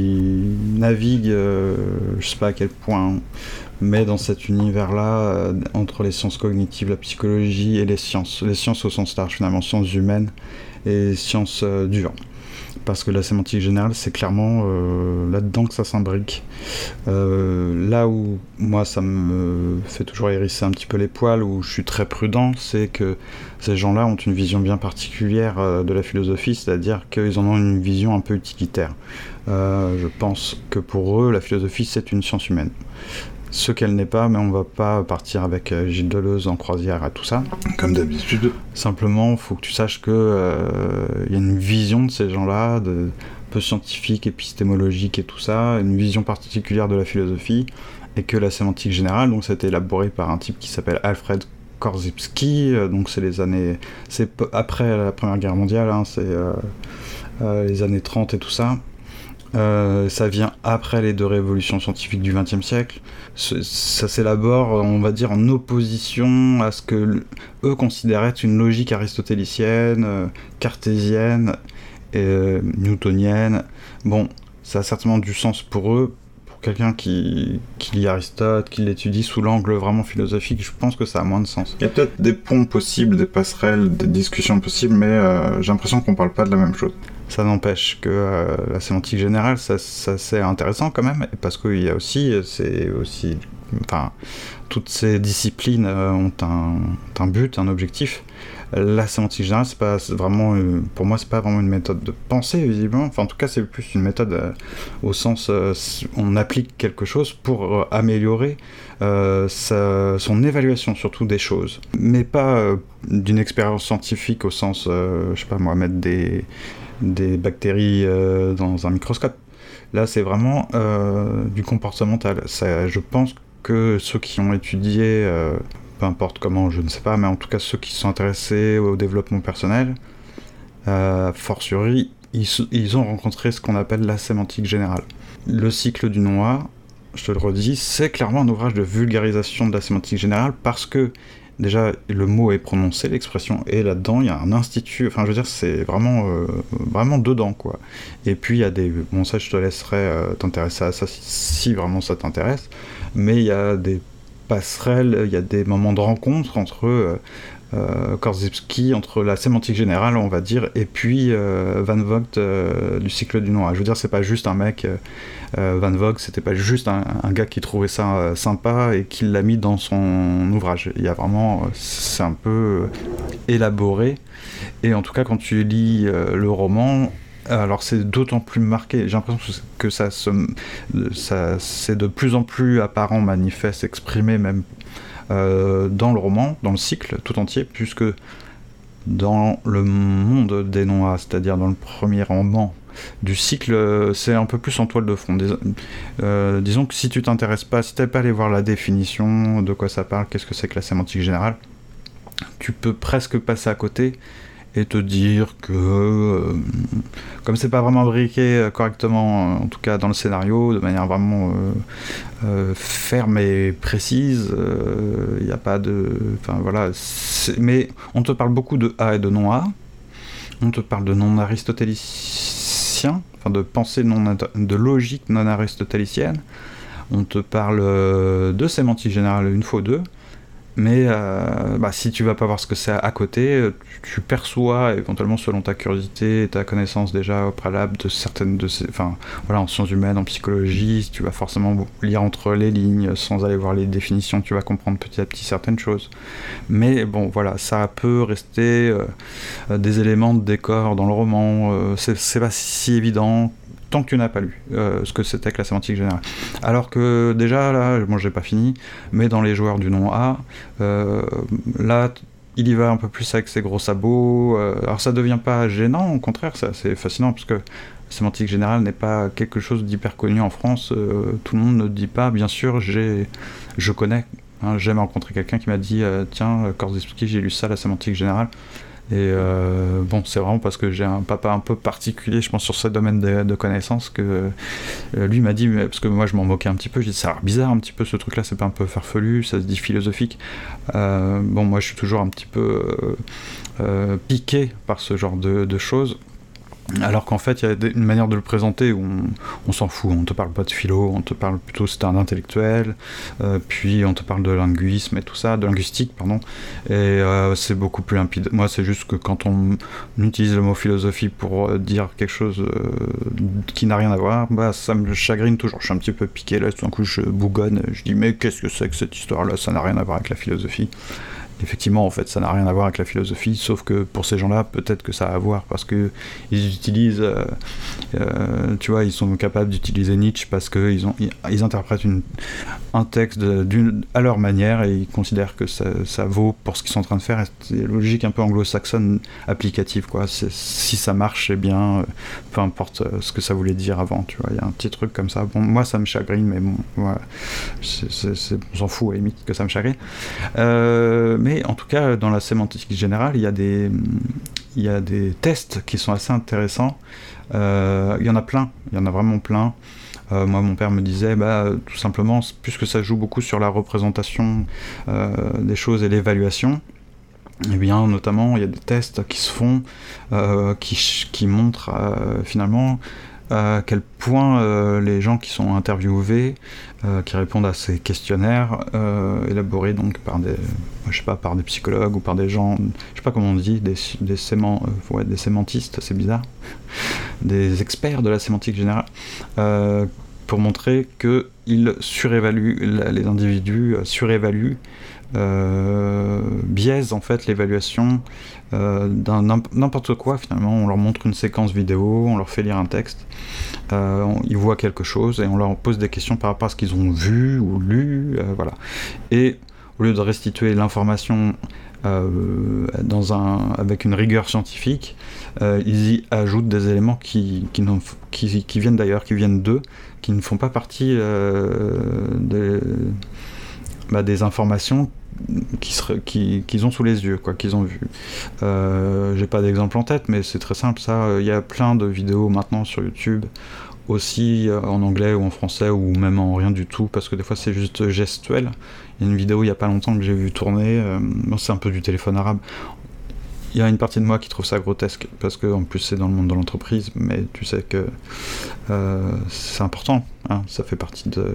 il navigue, euh, je sais pas à quel point, mais dans cet univers-là, euh, entre les sciences cognitives, la psychologie et les sciences, les sciences au sens large finalement, sciences humaines et sciences euh, dures. Parce que la sémantique générale, c'est clairement euh, là-dedans que ça s'imbrique. Euh, là où moi, ça me fait toujours hérisser un petit peu les poils, où je suis très prudent, c'est que ces gens-là ont une vision bien particulière euh, de la philosophie, c'est-à-dire qu'ils en ont une vision un peu utilitaire. Euh, je pense que pour eux, la philosophie, c'est une science humaine. Ce qu'elle n'est pas, mais on va pas partir avec euh, Gilles Deleuze en croisière à tout ça. Comme d'habitude. Simplement, il faut que tu saches qu'il euh, y a une vision de ces gens-là, de, un peu scientifique, épistémologique et tout ça, une vision particulière de la philosophie, et que la sémantique générale, donc, ça a été élaboré par un type qui s'appelle Alfred Korzybski, euh, donc c'est les années... c'est p- après la Première Guerre mondiale, hein, c'est euh, euh, les années trente et tout ça. Euh, ça vient après les deux révolutions scientifiques du vingtième siècle. Ce, ça s'élabore, on va dire, en opposition à ce que eux considéraient être une logique aristotélicienne, euh, cartésienne, et, euh, newtonienne. Bon, ça a certainement du sens pour eux. Pour quelqu'un qui, qui lit Aristote, qui l'étudie sous l'angle vraiment philosophique, je pense que ça a moins de sens. Il y a peut-être des ponts possibles, des passerelles, des discussions possibles, mais euh, j'ai l'impression qu'on parle pas de la même chose. Ça n'empêche que euh, la sémantique générale, ça, ça c'est intéressant quand même, parce qu'il y a aussi, c'est aussi, enfin, toutes ces disciplines euh, ont un, un but, un objectif. La sémantique générale, c'est pas c'est vraiment, euh, pour moi, c'est pas vraiment une méthode de pensée visiblement. Enfin, en tout cas, c'est plus une méthode euh, au sens, euh, on applique quelque chose pour euh, améliorer euh, sa, son évaluation surtout des choses, mais pas euh, d'une expérience scientifique au sens, euh, je sais pas moi, mettre des des bactéries euh, dans un microscope. Là, c'est vraiment euh, du comportemental. Ça, je pense que ceux qui ont étudié, euh, peu importe comment, je ne sais pas, mais en tout cas ceux qui sont intéressés au développement personnel, euh, fortiori, ils, ils ont rencontré ce qu'on appelle la sémantique générale. Le cycle du nom A, je te le redis, c'est clairement un ouvrage de vulgarisation de la sémantique générale parce que déjà, le mot est prononcé, l'expression est là-dedans, il y a un institut, enfin je veux dire, c'est vraiment, euh, vraiment dedans, quoi. Et puis il y a des... Bon, ça je te laisserai euh, t'intéresser à ça si, si vraiment ça t'intéresse, mais il y a des passerelles, il y a des moments de rencontre entre euh, euh, Korzybski, entre la sémantique générale, on va dire, et puis euh, Van Vogt euh, du cycle du nom. Je veux dire, c'est pas juste un mec... Euh, Euh, Van Vogt, c'était pas juste un, un gars qui trouvait ça euh, sympa et qui l'a mis dans son ouvrage. Il y a vraiment, euh, c'est un peu euh, élaboré. Et en tout cas, quand tu lis euh, le roman, alors c'est d'autant plus marqué. J'ai l'impression que ça, se, ça c'est de plus en plus apparent, manifeste, exprimé même euh, dans le roman, dans le cycle tout entier, puisque dans le monde des noms A, c'est-à-dire dans le premier roman du cycle, c'est un peu plus en toile de fond. Dis- euh, disons que si tu t'intéresses pas, si t'es pas allé voir la définition, de quoi ça parle, qu'est-ce que c'est que la sémantique générale, tu peux presque passer à côté et te dire que euh, comme c'est pas vraiment imbriqué correctement, en tout cas dans le scénario, de manière vraiment euh, euh, ferme et précise, il euh, n'y a pas de... Enfin voilà, c'est... mais on te parle beaucoup de A et de non A, on te parle de non aristotélicien, enfin de pensée non, de logique non aristotélicienne, on te parle de sémantique générale une fois ou deux, Mais euh, bah, si tu vas pas voir ce que c'est à côté, tu, tu perçois éventuellement selon ta curiosité et ta connaissance déjà au préalable de certaines de ces... Enfin, voilà, en sciences humaines, en psychologie, tu vas forcément lire entre les lignes sans aller voir les définitions, tu vas comprendre petit à petit certaines choses. Mais bon, voilà, ça peut rester euh, des éléments de décor dans le roman, euh, c'est, c'est pas si évident tant que tu n'as pas lu euh, ce que c'était que la sémantique générale. Alors que déjà, là, bon, j'ai pas fini, mais dans les joueurs du nom A, euh, là, il y va un peu plus avec ses gros sabots. Euh, alors ça devient pas gênant, au contraire, c'est assez fascinant, parce que la sémantique générale n'est pas quelque chose d'hyper connu en France. Euh, tout le monde ne dit pas, bien sûr, j'ai, je connais. Hein, j'ai rencontré quelqu'un qui m'a dit, euh, tiens, Korzybski, j'ai lu ça, la sémantique générale. Et euh, bon, c'est vraiment parce que j'ai un papa un peu particulier, je pense, sur ce domaine de, de connaissances, que euh, lui m'a dit, mais, parce que moi je m'en moquais un petit peu, j'ai dit, ça a l'air bizarre un petit peu ce truc-là, c'est pas un peu farfelu, ça se dit philosophique. Euh, bon, moi je suis toujours un petit peu euh, euh, piqué par ce genre de, de choses. Alors qu'en fait, il y a une manière de le présenter où on, on s'en fout, on te parle pas de philo, on te parle plutôt, c'est un intellectuel, euh, puis on te parle de linguisme et tout ça, de linguistique, pardon, et euh, c'est beaucoup plus limpide. Moi, c'est juste que quand on, on utilise le mot philosophie pour dire quelque chose euh, qui n'a rien à voir, bah, ça me chagrine toujours. Je suis un petit peu piqué, là, tout d'un coup, je bougonne, je dis, mais qu'est-ce que c'est que cette histoire-là, ça n'a rien à voir avec la philosophie. Effectivement, en fait, ça n'a rien à voir avec la philosophie, sauf que pour ces gens-là, peut-être que ça a à voir, parce que ils utilisent, euh, euh, tu vois, ils sont capables d'utiliser Nietzsche parce qu'ils ont, ils, ils interprètent une, un texte d'une, à leur manière et ils considèrent que ça, ça vaut pour ce qu'ils sont en train de faire. C'est logique un peu anglo-saxonne applicative, quoi. C'est, si ça marche, c'est bien, euh, peu importe ce que ça voulait dire avant, tu vois. Il y a un petit truc comme ça. Bon, moi, ça me chagrine, mais bon, voilà, c'est, c'est, c'est, on s'en fout à la limite que ça me chagrine. Euh, Mais en tout cas, dans la sémantique générale, il y a des, il y a des tests qui sont assez intéressants. Euh, il y en a plein, il y en a vraiment plein. Euh, moi, mon père me disait, bah, tout simplement, puisque ça joue beaucoup sur la représentation euh, des choses et l'évaluation, eh bien, notamment, il y a des tests qui se font, euh, qui, qui montrent euh, finalement à quel point euh, les gens qui sont interviewés, euh, qui répondent à ces questionnaires euh, élaborés donc par des, je sais pas, par des psychologues ou par des gens, je sais pas comment on dit, des des, séman, euh, ouais, des sémantistes, c'est bizarre, des experts de la sémantique générale, euh, pour montrer que ils surévaluent les individus, euh, surévaluent. Euh, biaise en fait l'évaluation euh, d'un n'importe quoi. Finalement, on leur montre une séquence vidéo, on leur fait lire un texte, euh, on, ils voient quelque chose et on leur pose des questions par rapport à ce qu'ils ont vu ou lu, euh, voilà. Et au lieu de restituer l'information euh, dans un, avec une rigueur scientifique, euh, ils y ajoutent des éléments qui, qui, qui, qui viennent d'ailleurs, qui viennent d'eux, qui ne font pas partie euh, de Bah, des informations qui seraient, qui, qu'ils ont sous les yeux, quoi, qu'ils ont vues. Euh, j'ai pas d'exemple en tête, mais c'est très simple, ça. Il y a plein de vidéos maintenant sur YouTube, aussi euh, en anglais ou en français, ou même en rien du tout, parce que des fois c'est juste gestuel. Il y a une vidéo il y a pas longtemps que j'ai vu tourner, euh, bon, c'est un peu du téléphone arabe. Il y a une partie de moi qui trouve ça grotesque, parce que en plus c'est dans le monde de l'entreprise, mais tu sais que euh, c'est important, hein, ça fait partie de...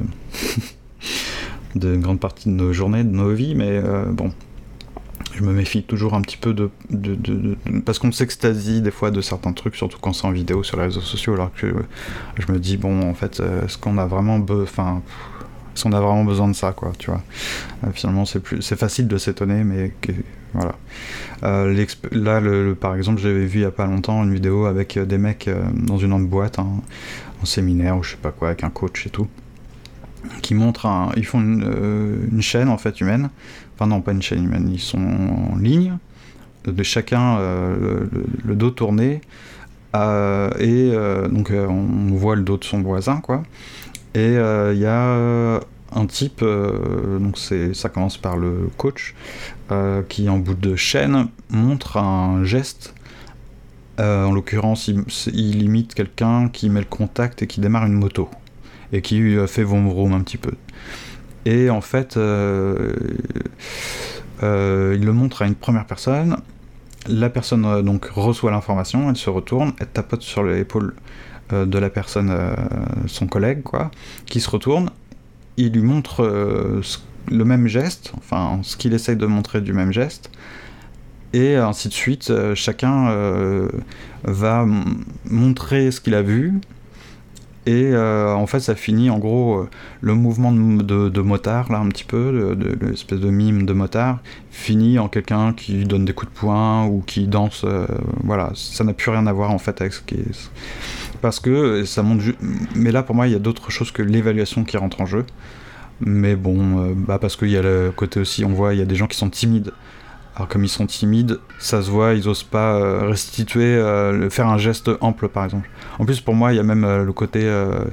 d'une grande partie de nos journées, de nos vies, mais euh, bon, je me méfie toujours un petit peu de... de, de, de parce qu'on s'extasie des fois de certains trucs, surtout quand c'est en vidéo sur les réseaux sociaux, alors que euh, je me dis, bon, en fait, euh, est-ce qu'on a vraiment... Be- enfin, est-ce qu'on a vraiment besoin de ça, quoi, tu vois. Euh, finalement, c'est, plus, c'est facile de s'étonner, mais... Que, voilà. Euh, là, le, le, par exemple, j'avais vu il y a pas longtemps une vidéo avec des mecs euh, dans une grande boîte, hein, en séminaire ou je sais pas quoi, avec un coach et tout, qui montrent un, ils font une, euh, une chaîne en fait humaine, enfin non pas une chaîne humaine, ils sont en ligne, de chacun euh, le, le dos tourné, euh, et euh, donc euh, on voit le dos de son voisin quoi, et il euh, y a un type, euh, donc c'est, ça commence par le coach, euh, qui en bout de chaîne montre un geste. Euh, en l'occurrence, il, il imite quelqu'un qui met le contact et qui démarre une moto. Et qui euh, fait vroom vroom un petit peu. Et en fait, euh, euh, il le montre à une première personne. La personne euh, donc reçoit l'information, elle se retourne, elle tapote sur l'épaule euh, de la personne, euh, son collègue, quoi, qui se retourne. Il lui montre euh, le même geste, enfin ce qu'il essaye de montrer du même geste, et ainsi de suite. Euh, chacun euh, va m- montrer ce qu'il a vu, et euh, en fait ça finit en gros euh, le mouvement de, de, de motard là un petit peu, de, de, l'espèce de mime de motard finit en quelqu'un qui donne des coups de poing ou qui danse, euh, voilà, ça n'a plus rien à voir en fait avec ce qui est... parce que ça montre ju- mais là pour moi il y a d'autres choses que l'évaluation qui rentre en jeu, mais bon euh, bah parce qu'il y a le côté aussi, on voit il y a des gens qui sont timides. Alors comme ils sont timides, ça se voit, ils osent pas euh, restituer, euh, faire un geste ample par exemple. En plus pour moi il y a même euh, le côté euh,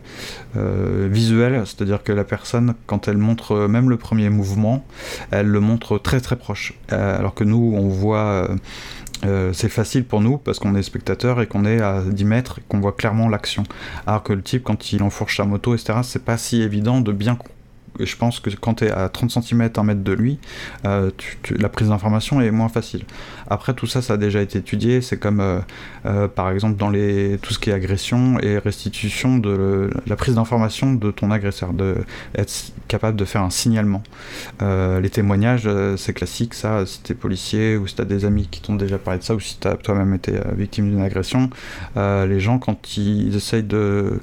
euh, visuel, c'est-à-dire que la personne quand elle montre euh, même le premier mouvement, elle le montre très très proche. Euh, alors que nous on voit, euh, euh, c'est facile pour nous parce qu'on est spectateur et qu'on est à dix mètres et qu'on voit clairement l'action. Alors que le type quand il enfourche sa moto et cetera, c'est pas si évident de bien comprendre. Je pense que quand tu es à trente centimètres, un mètre de lui, euh, tu, tu, la prise d'information est moins facile. Après, tout ça, ça a déjà été étudié. C'est comme, euh, euh, par exemple, dans les, tout ce qui est agression et restitution de le, la prise d'information de ton agresseur, d'être capable de faire un signalement. Euh, les témoignages, euh, c'est classique, ça, si tu es policier ou si tu as des amis qui t'ont déjà parlé de ça ou si tu as toi-même été euh, victime d'une agression, euh, les gens, quand ils essayent de...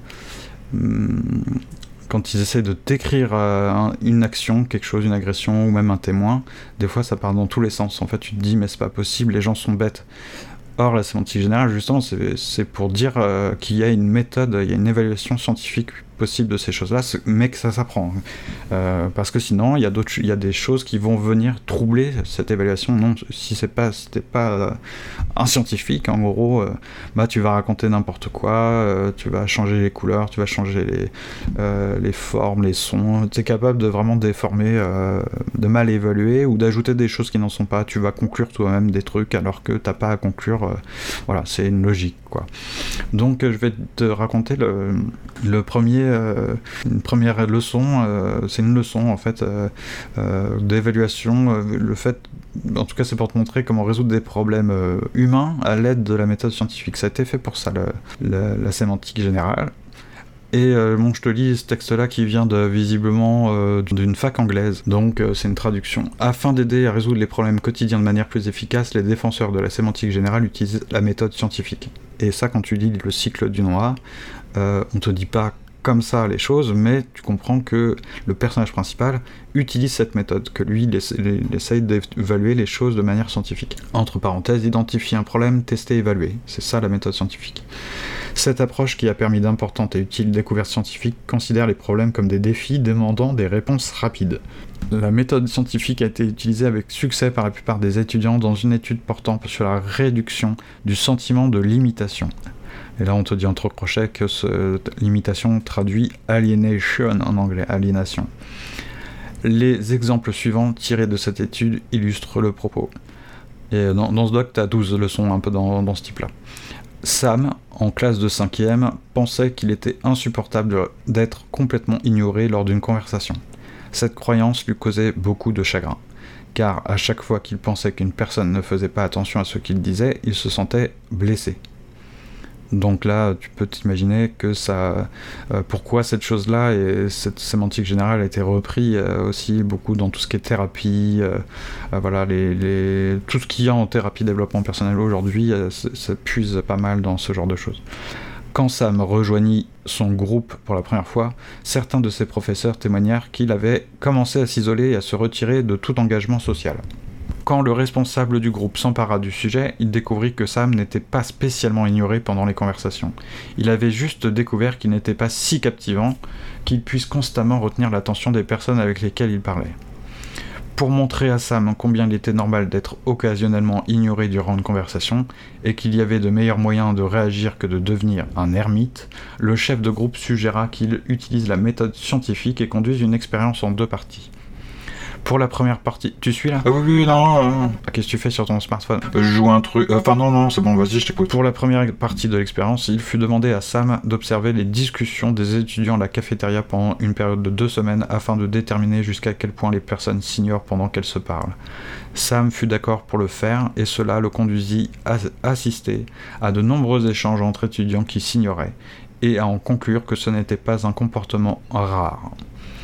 Hum, quand ils essayent de décrire euh, un, une action, quelque chose, une agression ou même un témoin, des fois ça part dans tous les sens. En fait, tu te dis mais c'est pas possible, les gens sont bêtes. Or, la sémantique générale, justement, c'est, c'est pour dire euh, qu'il y a une méthode, il y a une évaluation scientifique possible de ces choses-là, mais que ça s'apprend. Euh, parce que sinon, il y a d'autres, il y a des choses qui vont venir troubler cette évaluation. Non, si c'est pas, si t'es pas euh, un scientifique, en gros, euh, bah tu vas raconter n'importe quoi, euh, tu vas changer les couleurs, tu vas changer les, euh, les formes, les sons. Tu es capable de vraiment déformer, euh, de mal évaluer ou d'ajouter des choses qui n'en sont pas. Tu vas conclure toi-même des trucs alors que t'as pas à conclure. Euh, voilà, c'est une logique, quoi. Donc, je vais te raconter le, le premier. Euh, une première leçon, euh, c'est une leçon en fait euh, euh, d'évaluation, euh, le fait, en tout cas c'est pour te montrer comment résoudre des problèmes euh, humains à l'aide de la méthode scientifique. Ça a été fait pour ça, le, la, la sémantique générale. Et euh, bon, je te lis ce texte-là qui vient de, visiblement euh, d'une fac anglaise, donc euh, c'est une traduction. Afin d'aider à résoudre les problèmes quotidiens de manière plus efficace, les défenseurs de la sémantique générale utilisent la méthode scientifique. Et ça, quand tu lis le cycle du noir, euh, on te dit pas comme ça les choses, mais tu comprends que le personnage principal utilise cette méthode, que lui il, essa- il essaye d'évaluer les choses de manière scientifique. Entre parenthèses, identifier un problème, tester, évaluer. C'est ça la méthode scientifique. Cette approche, qui a permis d'importantes et utiles découvertes scientifiques, considère les problèmes comme des défis demandant des réponses rapides. La méthode scientifique a été utilisée avec succès par la plupart des étudiants dans une étude portant sur la réduction du sentiment de limitation. Et là, on te dit entre crochets que cette limitation traduit alienation en anglais, aliénation. Les exemples suivants tirés de cette étude illustrent le propos. Et dans, dans ce doc, tu as douze leçons un peu dans, dans ce type-là. Sam, en classe de cinquième, pensait qu'il était insupportable d'être complètement ignoré lors d'une conversation. Cette croyance lui causait beaucoup de chagrin, car à chaque fois qu'il pensait qu'une personne ne faisait pas attention à ce qu'il disait, il se sentait blessé. Donc là, tu peux t'imaginer que ça, euh, pourquoi cette chose-là et cette sémantique générale a été reprise euh, aussi beaucoup dans tout ce qui est thérapie, euh, euh, voilà, les, les, tout ce qu'il y a en thérapie développement personnel aujourd'hui, euh, ça puise pas mal dans ce genre de choses. Quand Sam rejoignit son groupe pour la première fois, certains de ses professeurs témoignèrent qu'il avait commencé à s'isoler et à se retirer de tout engagement social. Quand le responsable du groupe s'empara du sujet, il découvrit que Sam n'était pas spécialement ignoré pendant les conversations. Il avait juste découvert qu'il n'était pas si captivant qu'il puisse constamment retenir l'attention des personnes avec lesquelles il parlait. Pour montrer à Sam combien il était normal d'être occasionnellement ignoré durant une conversation et qu'il y avait de meilleurs moyens de réagir que de devenir un ermite, le chef de groupe suggéra qu'il utilise la méthode scientifique et conduise une expérience en deux parties. Pour la première partie, tu suis là ? Ah oui, oui, non. Euh... Ah, qu'est-ce que tu fais sur ton smartphone ? Je joue un truc. Enfin, non, non, c'est bon, vas-y, je t'écoute. Pour la première partie de l'expérience, il fut demandé à Sam d'observer les discussions des étudiants à la cafétéria pendant une période de deux semaines afin de déterminer jusqu'à quel point les personnes s'ignorent pendant qu'elles se parlent. Sam fut d'accord pour le faire et cela le conduisit à assister à de nombreux échanges entre étudiants qui s'ignoraient et à en conclure que ce n'était pas un comportement rare.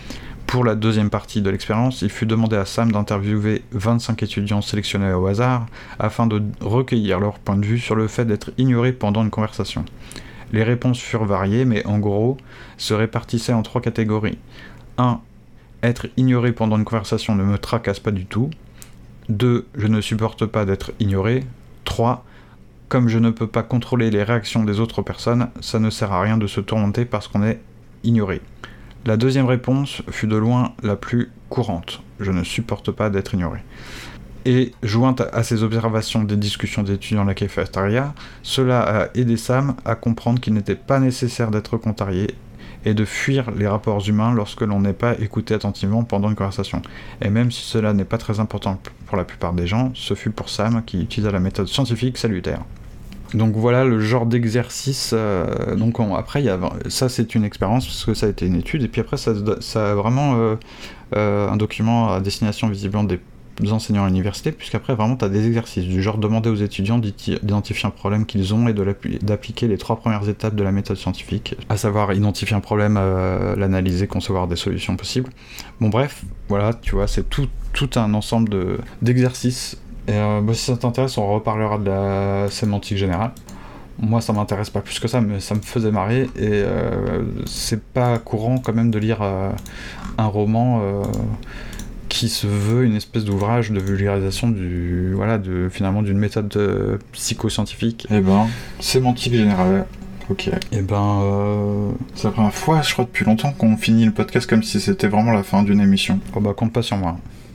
Pour la deuxième partie de l'expérience, il fut demandé à Sam d'interviewer vingt-cinq étudiants sélectionnés au hasard afin de recueillir leur point de vue sur le fait d'être ignoré pendant une conversation. Les réponses furent variées, mais en gros, se répartissaient en trois catégories. un. Être ignoré pendant une conversation ne me tracasse pas du tout. deux. Je ne supporte pas d'être ignoré. trois. Comme je ne peux pas contrôler les réactions des autres personnes, ça ne sert à rien de se tourmenter parce qu'on est ignoré. La deuxième réponse fut de loin la plus courante. Je ne supporte pas d'être ignoré. Et, jointe à ces observations des discussions d'étudiants à la cafétéria, cela a aidé Sam à comprendre qu'il n'était pas nécessaire d'être contrarié et de fuir les rapports humains lorsque l'on n'est pas écouté attentivement pendant une conversation. Et même si cela n'est pas très important pour la plupart des gens, ce fut pour Sam qui utilisa la méthode scientifique salutaire. Donc voilà le genre d'exercice. Euh, donc on, après, y a, ça c'est une expérience parce que ça a été une étude, et puis après ça, ça a vraiment euh, euh, un document à destination visiblement des enseignants à l'université, puisqu'après vraiment tu as des exercices du genre demander aux étudiants d'identifier un problème qu'ils ont et de d'appliquer les trois premières étapes de la méthode scientifique, à savoir identifier un problème, euh, l'analyser, concevoir des solutions possibles. Bon bref, voilà, tu vois, c'est tout, tout un ensemble de, d'exercices. Et euh, bah, si ça t'intéresse, on reparlera de la sémantique générale. Moi ça m'intéresse pas plus que ça, mais ça me faisait marrer, et euh, c'est pas courant quand même de lire euh, un roman euh, qui se veut une espèce d'ouvrage de vulgarisation du, voilà, de, finalement d'une méthode euh, psychoscientifique. Et ben, sémantique générale. Ok. Et ben, euh, c'est la première fois, je crois, depuis longtemps qu'on finit le podcast comme si c'était vraiment la fin d'une émission. Oh bah compte pas sur moi.